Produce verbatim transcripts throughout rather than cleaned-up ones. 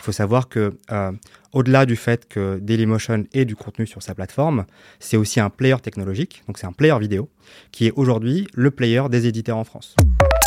faut savoir que, euh, au-delà du fait que Dailymotion ait du contenu sur sa plateforme, c'est aussi un player technologique, donc c'est un player vidéo, qui est aujourd'hui le player des éditeurs en France.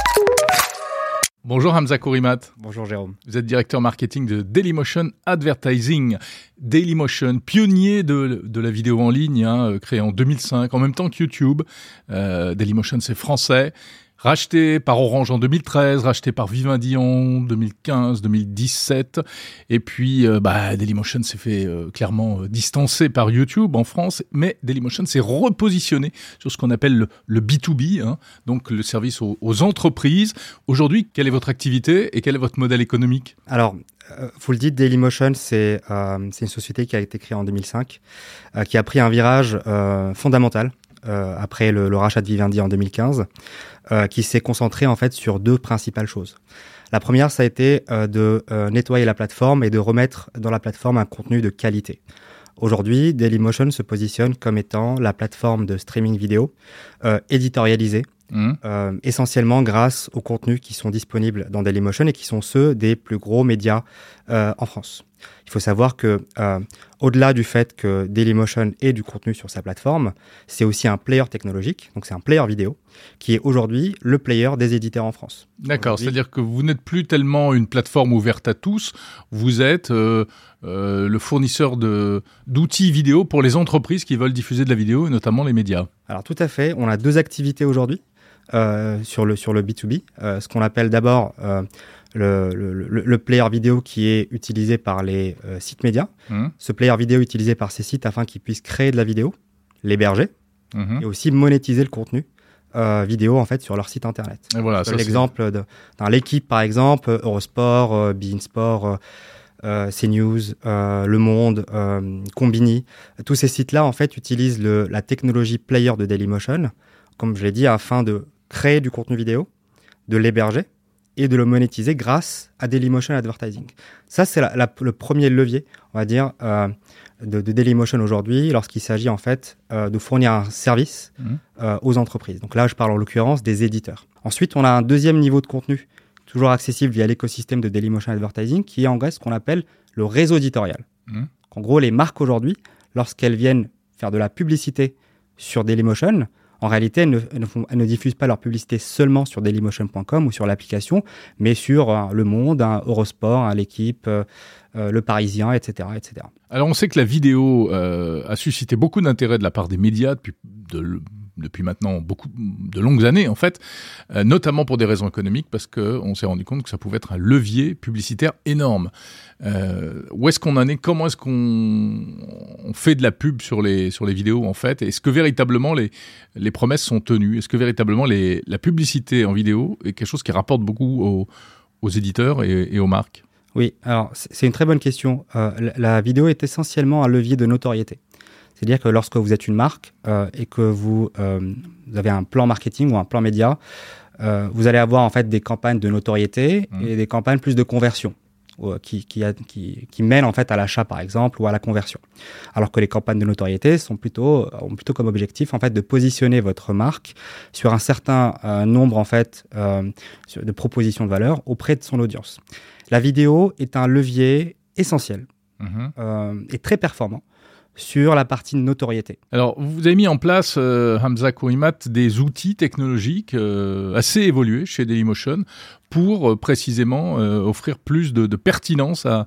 Bonjour Hamza Kourimat. Bonjour Jérôme. Vous êtes directeur marketing de Dailymotion Advertising. Dailymotion, pionnier de, de la vidéo en ligne, hein, créé en deux mille cinq, en même temps que YouTube. Euh, Dailymotion, c'est français. Racheté par Orange en deux mille treize, racheté par Vivendi en deux mille quinze, deux mille dix-sept. Et puis, euh, bah, Dailymotion s'est fait euh, clairement euh, distancer par YouTube en France. Mais Dailymotion s'est repositionné sur ce qu'on appelle le, le B deux B, hein, donc le service aux, aux entreprises. Aujourd'hui, quelle est votre activité et quel est votre modèle économique ? Alors, euh, vous le dites, Dailymotion, c'est, euh, c'est une société qui a été créée en deux mille cinq, euh, qui a pris un virage euh, fondamental. Euh, après le, le rachat de Vivendi en deux mille quinze, euh, qui s'est concentré en fait sur deux principales choses. La première, ça a été euh, de euh, nettoyer la plateforme et de remettre dans la plateforme un contenu de qualité. Aujourd'hui, Dailymotion se positionne comme étant la plateforme de streaming vidéo euh, éditorialisée, mmh. euh, essentiellement grâce aux contenus qui sont disponibles dans Dailymotion et qui sont ceux des plus gros médias euh, en France. Il faut savoir que, euh, au-delà du fait que Dailymotion ait du contenu sur sa plateforme, c'est aussi un player technologique, donc c'est un player vidéo, qui est aujourd'hui le player des éditeurs en France. D'accord, aujourd'hui, c'est-à-dire que vous n'êtes plus tellement une plateforme ouverte à tous, vous êtes euh, euh, le fournisseur de, d'outils vidéo pour les entreprises qui veulent diffuser de la vidéo, et notamment les médias. Alors tout à fait, on a deux activités aujourd'hui euh, sur, le, sur le B deux B, euh, ce qu'on appelle d'abord... Euh, Le, le, le, le player vidéo qui est utilisé par les euh, sites médias. Mmh. Ce player vidéo utilisé par ces sites afin qu'ils puissent créer de la vidéo, l'héberger mmh. et aussi monétiser le contenu euh, vidéo en fait sur leur site internet. Et voilà, ça, l'exemple de, dans l'équipe par exemple, Eurosport, euh, beIN Sport, euh, CNews, euh, Le Monde, euh, Combini. Tous ces sites-là en fait utilisent le, la technologie player de Dailymotion, comme je l'ai dit, afin de créer du contenu vidéo, de l'héberger et de le monétiser grâce à Dailymotion Advertising. Ça, c'est la, la, le premier levier, on va dire, euh, de, de Dailymotion aujourd'hui, lorsqu'il s'agit en fait euh, de fournir un service mmh. euh, aux entreprises. Donc là, je parle en l'occurrence des éditeurs. Ensuite, on a un deuxième niveau de contenu, toujours accessible via l'écosystème de Dailymotion Advertising, qui est en vrai ce qu'on appelle le réseau éditorial. Mmh. En gros, les marques aujourd'hui, lorsqu'elles viennent faire de la publicité sur Dailymotion, en réalité, elles ne, elles, ne font, elles ne diffusent pas leur publicité seulement sur dailymotion point com ou sur l'application, mais sur euh, Le Monde, hein, Eurosport, hein, l'équipe, euh, euh, Le Parisien, et cetera, et cetera. Alors, on sait que la vidéo euh, a suscité beaucoup d'intérêt de la part des médias depuis, de, depuis maintenant beaucoup de longues années, en fait, euh, notamment pour des raisons économiques, parce qu'on s'est rendu compte que ça pouvait être un levier publicitaire énorme. Euh, où est-ce qu'on en est ? Comment est-ce qu'on on fait de la pub sur les, sur les vidéos, en fait ? Est-ce que véritablement les, les promesses sont tenues ? Est-ce que véritablement les, la publicité en vidéo est quelque chose qui rapporte beaucoup aux, aux éditeurs et, et aux marques ? Oui, alors c'est une très bonne question. Euh, la, la vidéo est essentiellement un levier de notoriété. C'est-à-dire que lorsque vous êtes une marque euh, et que vous, euh, vous avez un plan marketing ou un plan média, euh, vous allez avoir en fait des campagnes de notoriété mmh. et des campagnes plus de conversion euh, qui, qui, a, qui, qui mènent en fait à l'achat par exemple ou à la conversion. Alors que les campagnes de notoriété sont plutôt, ont plutôt comme objectif en fait de positionner votre marque sur un certain euh, nombre en fait euh, de propositions de valeur auprès de son audience. La vidéo est un levier essentiel mmh. euh, et très performant sur la partie notoriété. Alors, vous avez mis en place, euh, Hamza Kourimat, des outils technologiques euh, assez évolués chez Dailymotion pour euh, précisément euh, offrir plus de, de pertinence à,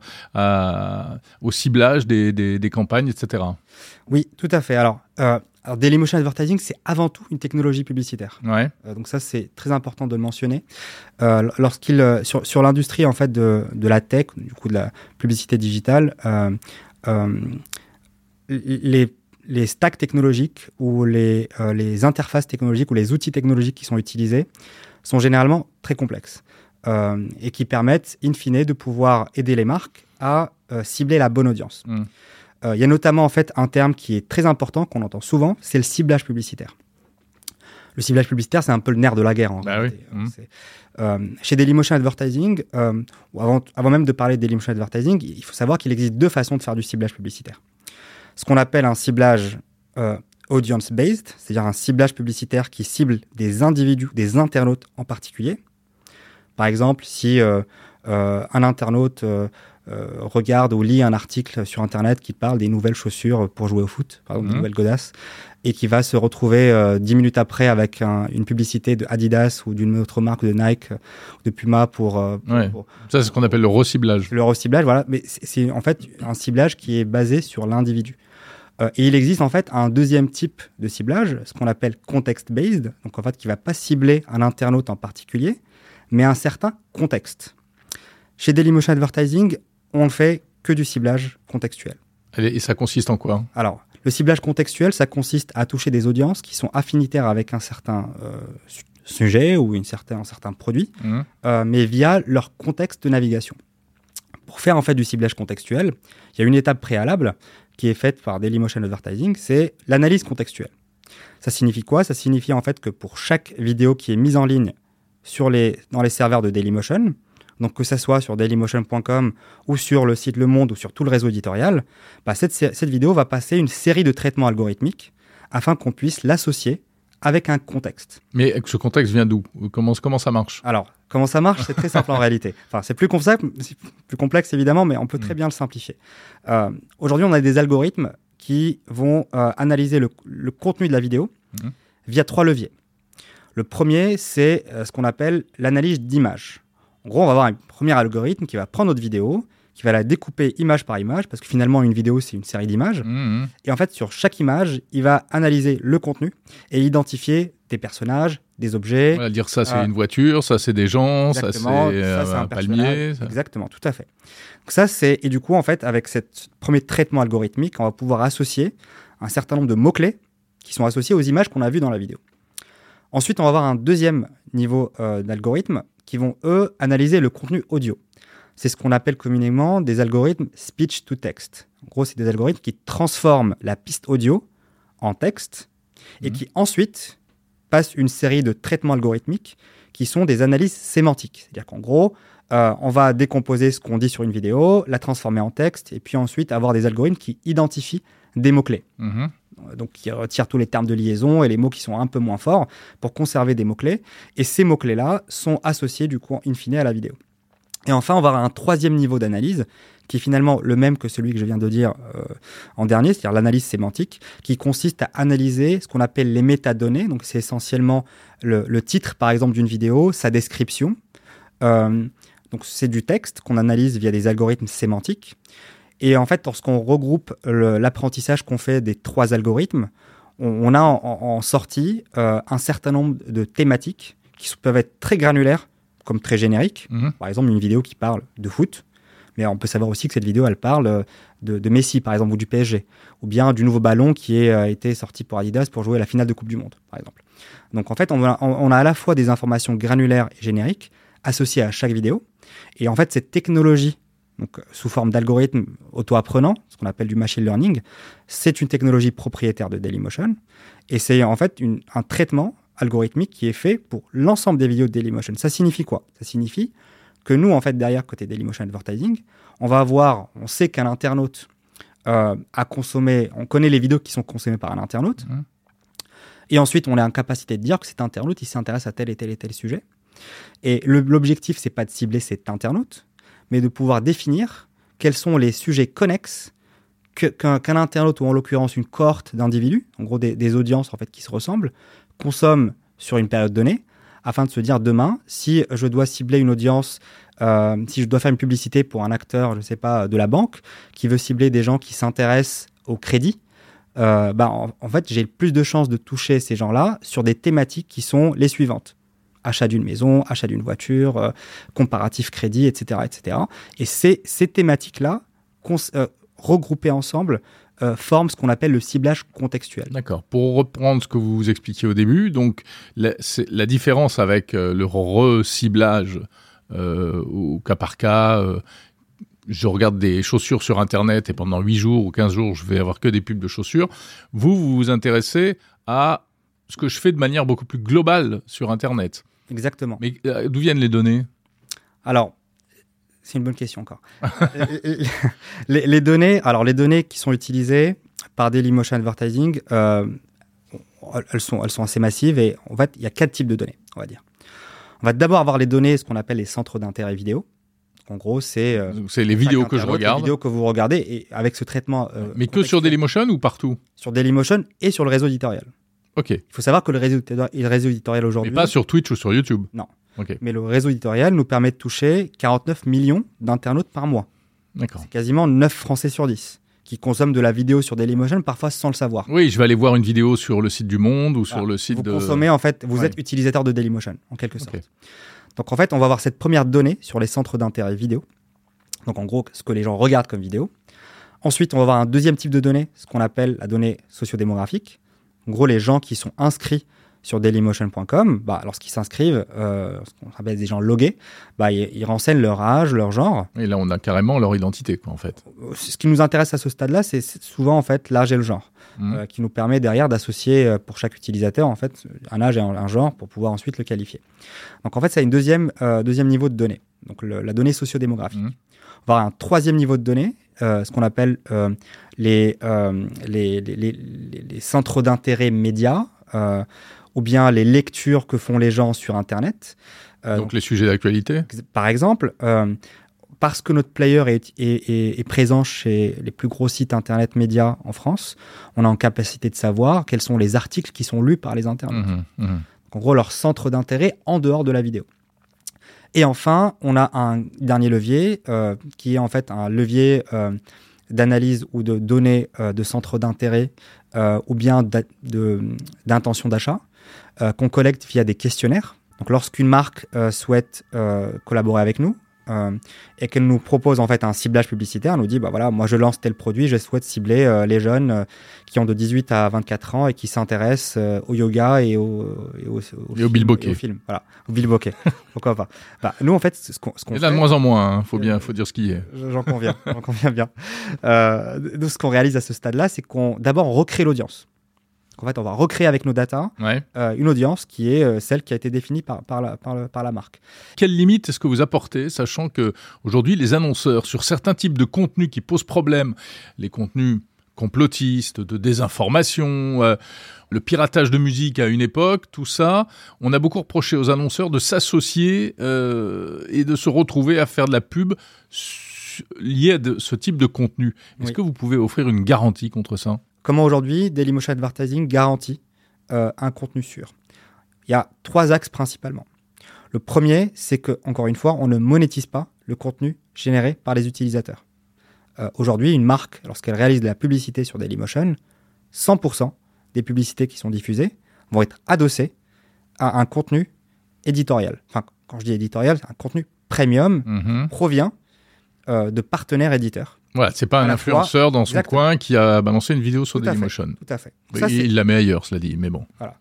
à, au ciblage des, des, des campagnes, et cetera. Oui, tout à fait. Alors, euh, alors Dailymotion Advertising, c'est avant tout une technologie publicitaire. Ouais. Euh, donc ça, c'est très important de le mentionner. Euh, lorsqu'il, euh, sur, sur l'industrie en fait de, de la tech, du coup de la publicité digitale, euh, euh, les, les stacks technologiques ou les, euh, les interfaces technologiques ou les outils technologiques qui sont utilisés sont généralement très complexes euh, et qui permettent, in fine, de pouvoir aider les marques à euh, cibler la bonne audience. Il mmh. euh, y a notamment en fait, un terme qui est très important, qu'on entend souvent, c'est le ciblage publicitaire. Le ciblage publicitaire, c'est un peu le nerf de la guerre. En bah réalité. Oui. Mmh. C'est, euh, chez Dailymotion Advertising, euh, avant, avant même de parler de Dailymotion Advertising, il faut savoir qu'il existe deux façons de faire du ciblage publicitaire. Ce qu'on appelle un ciblage euh, audience-based, c'est-à-dire un ciblage publicitaire qui cible des individus, des internautes en particulier. Par exemple, si euh, euh, un internaute euh, euh, regarde ou lit un article sur Internet qui parle des nouvelles chaussures pour jouer au foot, par exemple, mmh. des nouvelles godasses, et qui va se retrouver euh, dix minutes après avec un, une publicité de Adidas ou d'une autre marque de Nike, euh, de Puma pour, euh, pour, ouais. pour... Ça, c'est ce qu'on appelle le reciblage. Le reciblage, voilà. Mais c'est, c'est en fait un ciblage qui est basé sur l'individu. Euh, et il existe en fait un deuxième type de ciblage, ce qu'on appelle context-based, donc en fait qui ne va pas cibler un internaute en particulier, mais un certain contexte. Chez Dailymotion Advertising, on ne fait que du ciblage contextuel. Et ça consiste en quoi ? Alors, le ciblage contextuel, ça consiste à toucher des audiences qui sont affinitaires avec un certain euh, su- sujet ou une certain, un certain produit, mmh. euh, mais via leur contexte de navigation. Pour faire en fait du ciblage contextuel, il y a une étape préalable qui est faite par Dailymotion Advertising, c'est l'analyse contextuelle. Ça signifie quoi ? Ça signifie en fait que pour chaque vidéo qui est mise en ligne sur les, dans les serveurs de Dailymotion, donc que ça soit sur dailymotion point com ou sur le site Le Monde ou sur tout le réseau éditorial, bah cette, cette vidéo va passer une série de traitements algorithmiques afin qu'on puisse l'associer avec un contexte. Mais ce contexte vient d'où ? Comment, comment ça marche ? Alors, comment ça marche ? C'est très simple en réalité. Enfin, c'est plus complexe, c'est plus complexe évidemment, mais on peut très bien le simplifier. Euh, aujourd'hui, on a des algorithmes qui vont euh, analyser le, le contenu de la vidéo mmh. via trois leviers. Le premier, c'est euh, ce qu'on appelle l'analyse d'images. En gros, on va avoir un premier algorithme qui va prendre notre vidéo, qui va la découper image par image, parce que finalement, une vidéo, c'est une série d'images. Mmh. Et en fait, sur chaque image, il va analyser le contenu et identifier des personnages, des objets. Voilà, dire ça, c'est euh, une voiture, ça, c'est des gens, ça, c'est, euh, ça, c'est un, un palmier. Ça. Exactement, tout à fait. Donc ça, c'est... Et du coup, en fait, avec ce premier traitement algorithmique, on va pouvoir associer un certain nombre de mots-clés qui sont associés aux images qu'on a vues dans la vidéo. Ensuite, on va avoir un deuxième niveau euh, d'algorithmes qui vont, eux, analyser le contenu audio. C'est ce qu'on appelle communément des algorithmes speech to text. En gros, c'est des algorithmes qui transforment la piste audio en texte mmh. et qui ensuite passent une série de traitements algorithmiques qui sont des analyses sémantiques. C'est-à-dire qu'en gros, euh, on va décomposer ce qu'on dit sur une vidéo, la transformer en texte et puis ensuite avoir des algorithmes qui identifient des mots-clés. Mmh. Donc, qui retirent tous les termes de liaison et les mots qui sont un peu moins forts pour conserver des mots-clés. Et ces mots-clés-là sont associés, du coup, in fine, à la vidéo. Et enfin, on va avoir un troisième niveau d'analyse qui est finalement le même que celui que je viens de dire euh, en dernier, c'est-à-dire l'analyse sémantique, qui consiste à analyser ce qu'on appelle les métadonnées. Donc, c'est essentiellement le, le titre, par exemple, d'une vidéo, sa description. Euh, donc, c'est du texte qu'on analyse via des algorithmes sémantiques. Et en fait, lorsqu'on regroupe le, l'apprentissage qu'on fait des trois algorithmes, on, on a en, en sortie euh, un certain nombre de thématiques qui peuvent être très granulaires, comme très génériques. Mmh. Par exemple, une vidéo qui parle de foot, mais on peut savoir aussi que cette vidéo, elle parle de, de Messi, par exemple, ou du P S G, ou bien du nouveau ballon qui a été sorti pour Adidas pour jouer à la finale de Coupe du Monde, par exemple. Donc en fait, on a, on a à la fois des informations granulaires et génériques associées à chaque vidéo, et en fait, cette technologie, donc sous forme d'algorithme auto-apprenant, ce qu'on appelle du machine learning, c'est une technologie propriétaire de Dailymotion, et c'est en fait une, un traitement algorithmique qui est fait pour l'ensemble des vidéos de Dailymotion. Ça signifie quoi ? Ça signifie que nous, en fait, derrière, côté Dailymotion Advertising, on va avoir, on sait qu'un internaute euh, a consommé, on connaît les vidéos qui sont consommées par un internaute, mmh. et ensuite, on est en capacité de dire que cet internaute, il s'intéresse à tel et tel et tel sujet. Et le, l'objectif, c'est pas de cibler cet internaute, mais de pouvoir définir quels sont les sujets connexes que, qu'un, qu'un internaute, ou en l'occurrence une cohorte d'individus, en gros des, des audiences en fait, qui se ressemblent, consomment sur une période donnée, afin de se dire demain, si je dois cibler une audience, euh, si je dois faire une publicité pour un acteur, je ne sais pas, de la banque, qui veut cibler des gens qui s'intéressent au crédit, euh, bah, en, en fait, j'ai plus de chances de toucher ces gens-là sur des thématiques qui sont les suivantes. Achat d'une maison, achat d'une voiture, euh, comparatif crédit, et cetera, et cetera. Et ces, ces thématiques-là, cons- euh, regroupées ensemble, euh, forment ce qu'on appelle le ciblage contextuel. D'accord. Pour reprendre ce que vous expliquiez au début, donc la, c'est la différence avec euh, le re-ciblage euh, au cas par cas, euh, je regarde des chaussures sur Internet et pendant huit jours ou quinze jours, je vais avoir que des pubs de chaussures. Vous, vous vous intéressez à ce que je fais de manière beaucoup plus globale sur Internet. Exactement. Mais euh, d'où viennent les données ? Alors, c'est une bonne question encore. les, les données, alors les données qui sont utilisées par Dailymotion Advertising, euh, elles sont, elles sont assez massives et en fait, il y a quatre types de données, on va dire. On va d'abord avoir les données, ce qu'on appelle les centres d'intérêt vidéo. En gros, c'est euh, c'est les vidéos que je regarde, les vidéos que vous regardez, et avec ce traitement. Euh, Mais que sur Dailymotion ou partout? Sur Dailymotion et sur le réseau éditorial. Ok. Il faut savoir que le réseau, le réseau éditorial aujourd'hui. Mais pas sur Twitch ou sur YouTube. Non. Ok. Mais le réseau éditorial nous permet de toucher quarante-neuf millions d'internautes par mois. D'accord. C'est quasiment neuf Français sur dix qui consomment de la vidéo sur Dailymotion, parfois sans le savoir. Oui, je vais aller voir une vidéo sur le site du Monde ou sur Alors, le site vous de. Vous consommez en fait, vous ouais. êtes utilisateur de Dailymotion en quelque sorte. Okay. Donc en fait, on va avoir cette première donnée sur les centres d'intérêt vidéo. Donc en gros, ce que les gens regardent comme vidéo. Ensuite, on va avoir un deuxième type de données, ce qu'on appelle la donnée sociodémographique. En gros, les gens qui sont inscrits sur dailymotion point com, bah, lorsqu'ils s'inscrivent, euh, ce qu'on appelle des gens logués, bah, ils, ils renseignent leur âge, leur genre. Et là, on a carrément leur identité, quoi, en fait. Ce qui nous intéresse à ce stade-là, c'est souvent en fait l'âge et le genre, mmh. euh, qui nous permet derrière d'associer euh, pour chaque utilisateur en fait un âge et un, un genre pour pouvoir ensuite le qualifier. Donc en fait, ça a une deuxième euh, deuxième niveau de données, donc le, la donnée sociodémographique. Mmh. On va avoir un troisième niveau de données, euh, ce qu'on appelle euh, les, euh, les, les, les, les centres d'intérêt médias, euh, ou bien les lectures que font les gens sur Internet. Euh, donc, donc les sujets d'actualité. Par exemple, euh, parce que notre player est, est, est, est présent chez les plus gros sites Internet médias en France, on a en capacité de savoir quels sont les articles qui sont lus par les internautes. Mmh, mmh. Donc, en gros, leur centre d'intérêt en dehors de la vidéo. Et enfin, on a un dernier levier euh, qui est en fait un levier euh, d'analyse ou de données euh, de centre d'intérêt euh, ou bien d'intention d'achat euh, qu'on collecte via des questionnaires. Donc, lorsqu'une marque euh, souhaite euh, collaborer avec nous euh, et qu'elle nous propose en fait un ciblage publicitaire, elle nous dit bah voilà, moi je lance tel produit, je souhaite cibler euh, les jeunes euh, qui ont de dix-huit à vingt-quatre ans et qui s'intéressent euh, au yoga et au et au, au, et film, au bilboquet. Et au film, voilà, au bilboquet. Pourquoi pas. Bah, nous en fait, ce qu'on ce qu'on fait. Là de moins en moins, hein, faut bien, faut dire ce qui est. J'en conviens, j'en conviens bien. Euh, nous, ce qu'on réalise à ce stade-là, c'est qu'on d'abord on recrée l'audience. En fait, on va recréer avec nos datas ouais. euh, une audience qui est euh, celle qui a été définie par, par, la, par, le, par la marque. Quelles limites est-ce que vous apportez, sachant qu'aujourd'hui, les annonceurs, sur certains types de contenus qui posent problème, les contenus complotistes, de désinformation, euh, le piratage de musique à une époque, tout ça, on a beaucoup reproché aux annonceurs de s'associer euh, et de se retrouver à faire de la pub liée à ce type de contenu. Est-ce oui. que vous pouvez offrir une garantie contre ça ? Comment aujourd'hui Dailymotion Advertising garantit euh, un contenu sûr? Il y a trois axes principalement. Le premier, c'est que, encore une fois, on ne monétise pas le contenu généré par les utilisateurs. Euh, aujourd'hui, une marque, lorsqu'elle réalise de la publicité sur Dailymotion, cent pour cent des publicités qui sont diffusées vont être adossées à un contenu éditorial. Enfin, quand je dis éditorial, c'est un contenu premium mm-hmm. provient euh, de partenaires éditeurs. Voilà, c'est pas un influenceur fois, dans son exactement. coin qui a balancé une vidéo sur tout Dailymotion. Fait, tout à fait. Ça, il, il la met ailleurs, cela dit, mais bon. Voilà.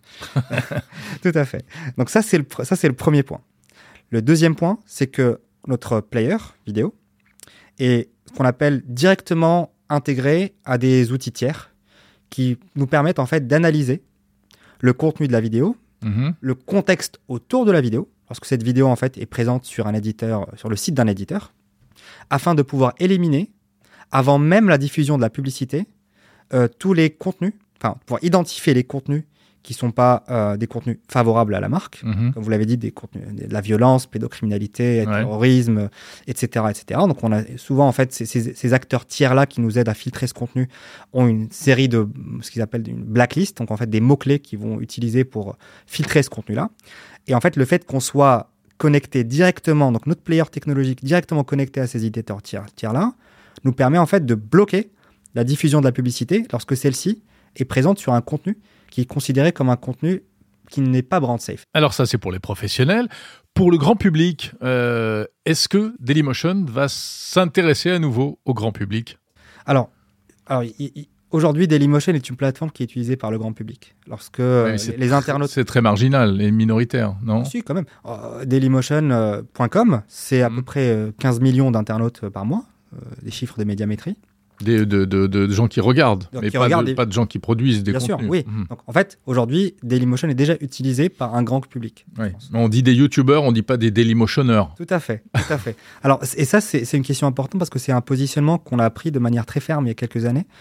Tout à fait. Donc ça, c'est le, ça, c'est le premier point. Le deuxième point, c'est que notre player vidéo est ce qu'on appelle directement intégré à des outils tiers qui nous permettent en fait d'analyser le contenu de la vidéo, mm-hmm. le contexte autour de la vidéo, parce que cette vidéo en fait est présente sur un éditeur, sur le site d'un éditeur, afin de pouvoir éliminer avant même la diffusion de la publicité, euh, tous les contenus, enfin, pouvoir identifier les contenus qui ne sont pas euh, des contenus favorables à la marque, mmh. comme vous l'avez dit, des contenus, de la violence, pédocriminalité, ouais. terrorisme, et cetera, et cetera. Donc, on a souvent, en fait, ces, ces, ces acteurs tiers-là qui nous aident à filtrer ce contenu ont une série de, ce qu'ils appellent une blacklist, donc en fait, des mots-clés qu'ils vont utiliser pour filtrer ce contenu-là. Et en fait, le fait qu'on soit connecté directement, donc notre player technologique directement connecté à ces éditeurs tiers, tiers-là, nous permet en fait de bloquer la diffusion de la publicité lorsque celle-ci est présente sur un contenu qui est considéré comme un contenu qui n'est pas brand safe. Alors ça, c'est pour les professionnels. Pour le grand public, euh, est-ce que Dailymotion va s'intéresser à nouveau au grand public ? Alors, alors y, y, aujourd'hui, Dailymotion est une plateforme qui est utilisée par le grand public. Lorsque oui, euh, les internautes... C'est très marginal et minoritaire, non ? Si, quand même. Euh, Dailymotion point com, c'est à mmh. peu près euh, quinze millions d'internautes par mois. Euh, des chiffres de médiamétrie. Des, de, de, de, de gens qui regardent, Donc, mais qui pas, regardent de, des... pas de gens qui produisent des Bien contenus. Bien sûr, oui. Mmh. Donc, en fait, aujourd'hui, Dailymotion est déjà utilisé par un grand public. Oui. On dit des youtubeurs, on ne dit pas des Dailymotionneurs. Tout à fait, tout à fait. Alors, et ça, c'est, c'est une question importante parce que c'est un positionnement qu'on a pris de manière très ferme il y a quelques années.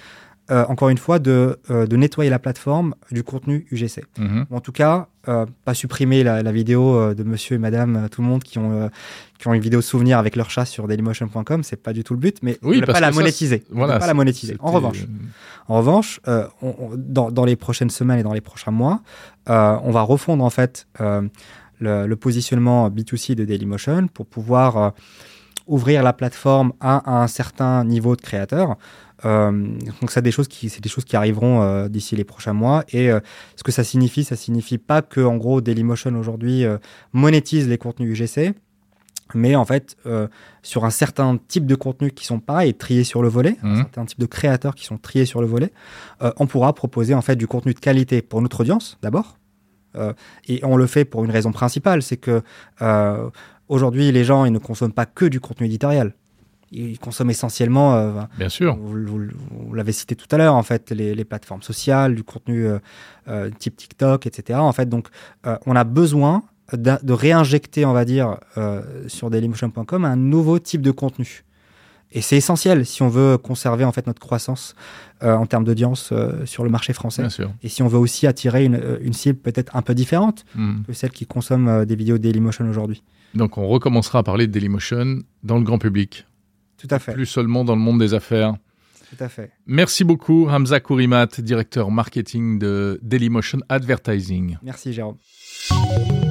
euh, encore une fois, de, euh, de nettoyer la plateforme du contenu U G C. Mmh. En tout cas, euh, pas supprimer la, la vidéo euh, de monsieur et madame, euh, tout le monde qui ont, euh, qui ont une vidéo souvenir avec leur chat sur dailymotion point com, c'est pas du tout le but, mais oui, ne pas la monétiser. Voilà, ne pas la monétiser. En revanche, en revanche euh, on, on, dans, dans les prochaines semaines et dans les prochains mois, euh, on va refondre en fait euh, le, le positionnement B deux C de Dailymotion pour pouvoir euh, ouvrir la plateforme à, à un certain niveau de créateurs. Euh, donc c'est des choses qui c'est des choses qui arriveront euh, d'ici les prochains mois. Et euh, ce que ça signifie, ça signifie pas que en gros Dailymotion aujourd'hui euh, monétise les contenus U G C, mais en fait euh, sur un certain type de contenus qui sont pareils, triés sur le volet, mmh. un certain type de créateurs qui sont triés sur le volet, euh, on pourra proposer en fait du contenu de qualité pour notre audience d'abord. Euh, et on le fait pour une raison principale, c'est que euh, aujourd'hui les gens ils ne consomment pas que du contenu éditorial. Ils consomment essentiellement, euh, bien sûr, vous, vous, vous l'avez cité tout à l'heure, en fait, les, les plateformes sociales, du contenu euh, euh, type TikTok, et cetera. En fait, donc, euh, on a besoin de, de réinjecter, on va dire, euh, sur dailymotion point com un nouveau type de contenu. Et c'est essentiel si on veut conserver en fait notre croissance euh, en termes d'audience euh, sur le marché français. Bien sûr. Et si on veut aussi attirer une, une cible peut-être un peu différente mmh. que celle qui consomme euh, des vidéos Dailymotion aujourd'hui. Donc, on recommencera à parler de Dailymotion dans le grand public. Tout à fait. Plus seulement dans le monde des affaires. Tout à fait. Merci beaucoup, Hamza Kourimat, directeur marketing de Dailymotion Advertising. Merci, Jérôme.